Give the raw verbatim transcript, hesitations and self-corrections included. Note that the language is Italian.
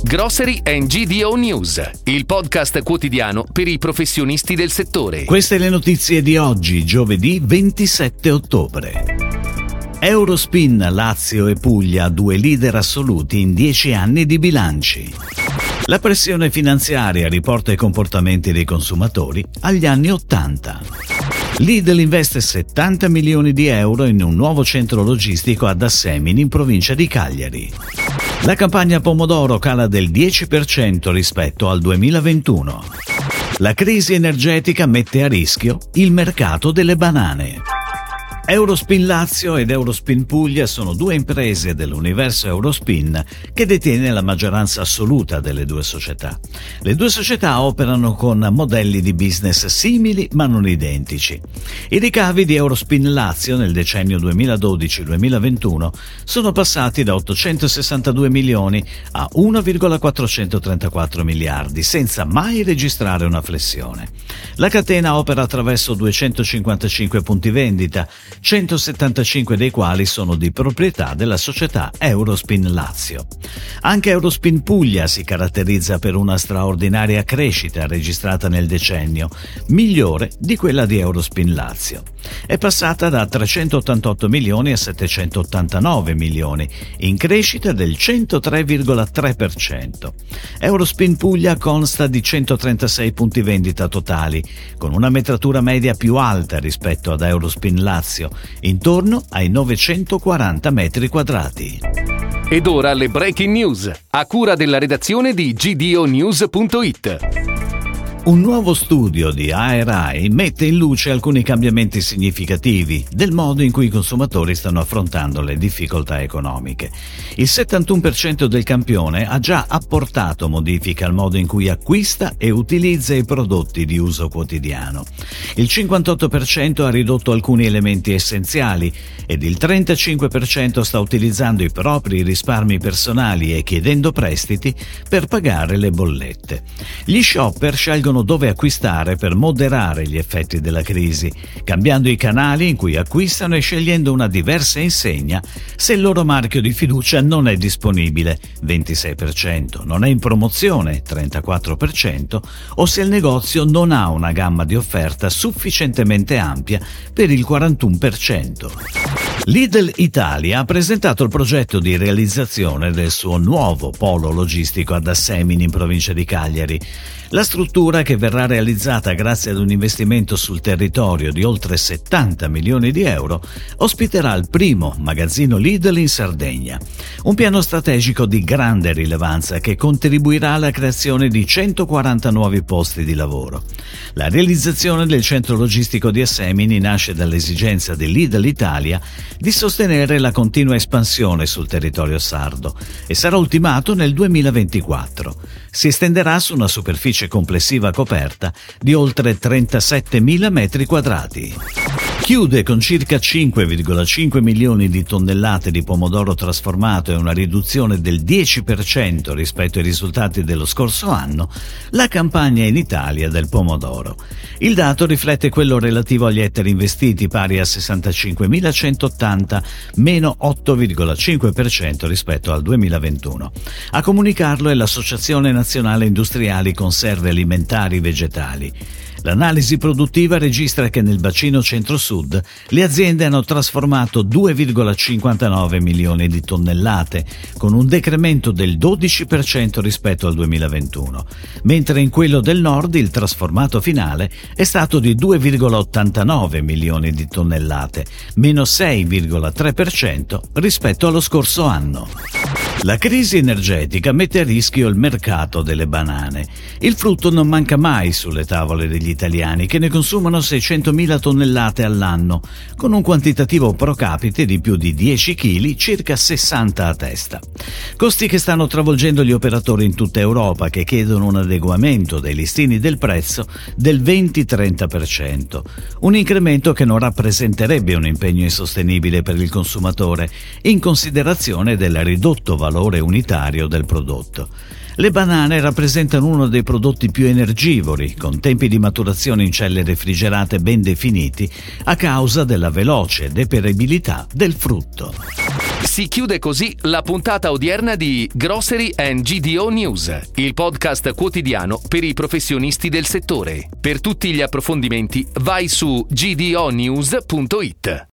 Grocery and G D O News, il podcast quotidiano per i professionisti del settore. Queste le notizie di oggi, giovedì ventisette ottobre. Eurospin, Lazio e Puglia, due leader assoluti in dieci anni di bilanci. La pressione finanziaria riporta i comportamenti dei consumatori agli anni ottanta. Lidl investe settanta milioni di euro in un nuovo centro logistico ad Assemini in provincia di Cagliari. La campagna pomodoro cala del dieci per cento rispetto al duemilaventuno. La crisi energetica mette a rischio il mercato delle banane. Eurospin Lazio ed Eurospin Puglia sono due imprese dell'universo Eurospin che detiene la maggioranza assoluta delle due società. Le due società operano con modelli di business simili ma non identici. I ricavi di Eurospin Lazio nel decennio duemiladodici duemilaventuno sono passati da ottocentosessantadue milioni a uno virgola quattrocentotrentaquattro miliardi, senza mai registrare una flessione. La catena opera attraverso duecentocinquantacinque punti vendita, centosettantacinque dei quali sono di proprietà della società Eurospin Lazio. Anche Eurospin Puglia si caratterizza per una straordinaria crescita registrata nel decennio, migliore di quella di Eurospin Lazio. È passata da trecentottantotto milioni a settecentottantanove milioni, in crescita del centotré virgola tre per cento. Eurospin Puglia consta di centotrentasei punti vendita totali, con una metratura media più alta rispetto ad Eurospin Lazio, intorno ai novecentoquaranta metri quadrati. Ed ora le breaking news, a cura della redazione di G D O News punto it. Un nuovo studio di A R I mette in luce alcuni cambiamenti significativi del modo in cui i consumatori stanno affrontando le difficoltà economiche. Il settantuno per cento del campione ha già apportato modifiche al modo in cui acquista e utilizza i prodotti di uso quotidiano. Il cinquantotto per cento ha ridotto alcuni elementi essenziali ed il trentacinque per cento sta utilizzando i propri risparmi personali e chiedendo prestiti per pagare le bollette. Gli shopper scelgono dove acquistare per moderare gli effetti della crisi, cambiando i canali in cui acquistano e scegliendo una diversa insegna se il loro marchio di fiducia non è disponibile, ventisei per cento, non è in promozione, trentaquattro per cento, o se il negozio non ha una gamma di offerta sufficientemente ampia per il quarantuno per cento. Lidl Italia ha presentato il progetto di realizzazione del suo nuovo polo logistico ad Assemini in provincia di Cagliari. La struttura, che verrà realizzata grazie ad un investimento sul territorio di oltre settanta milioni di euro, ospiterà il primo magazzino Lidl in Sardegna. Un piano strategico di grande rilevanza che contribuirà alla creazione di centoquaranta nuovi posti di lavoro. La realizzazione del centro logistico di Assemini nasce dall'esigenza di Lidl Italia di sostenere la continua espansione sul territorio sardo e sarà ultimato nel duemilaventiquattro. Si estenderà su una superficie complessiva coperta di oltre trentasettemila metri quadrati. Chiude con circa cinque virgola cinque milioni di tonnellate di pomodoro trasformato e una riduzione del dieci per cento rispetto ai risultati dello scorso anno la campagna in Italia del pomodoro. Il dato riflette quello relativo agli ettari investiti, pari a sessantacinquemilacentoottanta, meno otto virgola cinque per cento rispetto al duemilaventuno. A comunicarlo è l'Associazione Nazionale Industriali Conserve Alimentari Vegetali. L'analisi produttiva registra che nel bacino centro-sud le aziende hanno trasformato due virgola cinquantanove milioni di tonnellate, con un decremento del dodici per cento rispetto al duemilaventuno, mentre in quello del nord il trasformato finale è stato di due virgola ottantanove milioni di tonnellate, meno sei virgola tre per cento rispetto allo scorso anno. La crisi energetica mette a rischio il mercato delle banane. Il frutto non manca mai sulle tavole degli italiani, che ne consumano seicentomila tonnellate all'anno, con un quantitativo pro capite di più di dieci chili, circa sessanta a testa. Costi che stanno travolgendo gli operatori in tutta Europa, che chiedono un adeguamento dei listini del prezzo del venti-trenta per cento, un incremento che non rappresenterebbe un impegno insostenibile per il consumatore, in considerazione del ridotto valore unitario del prodotto. Le banane rappresentano uno dei prodotti più energivori, con tempi di maturazione in celle refrigerate ben definiti a causa della veloce deperibilità del frutto. Si chiude così la puntata odierna di Grocery and G D O News, il podcast quotidiano per i professionisti del settore. Per tutti gli approfondimenti vai su g d o news punto it.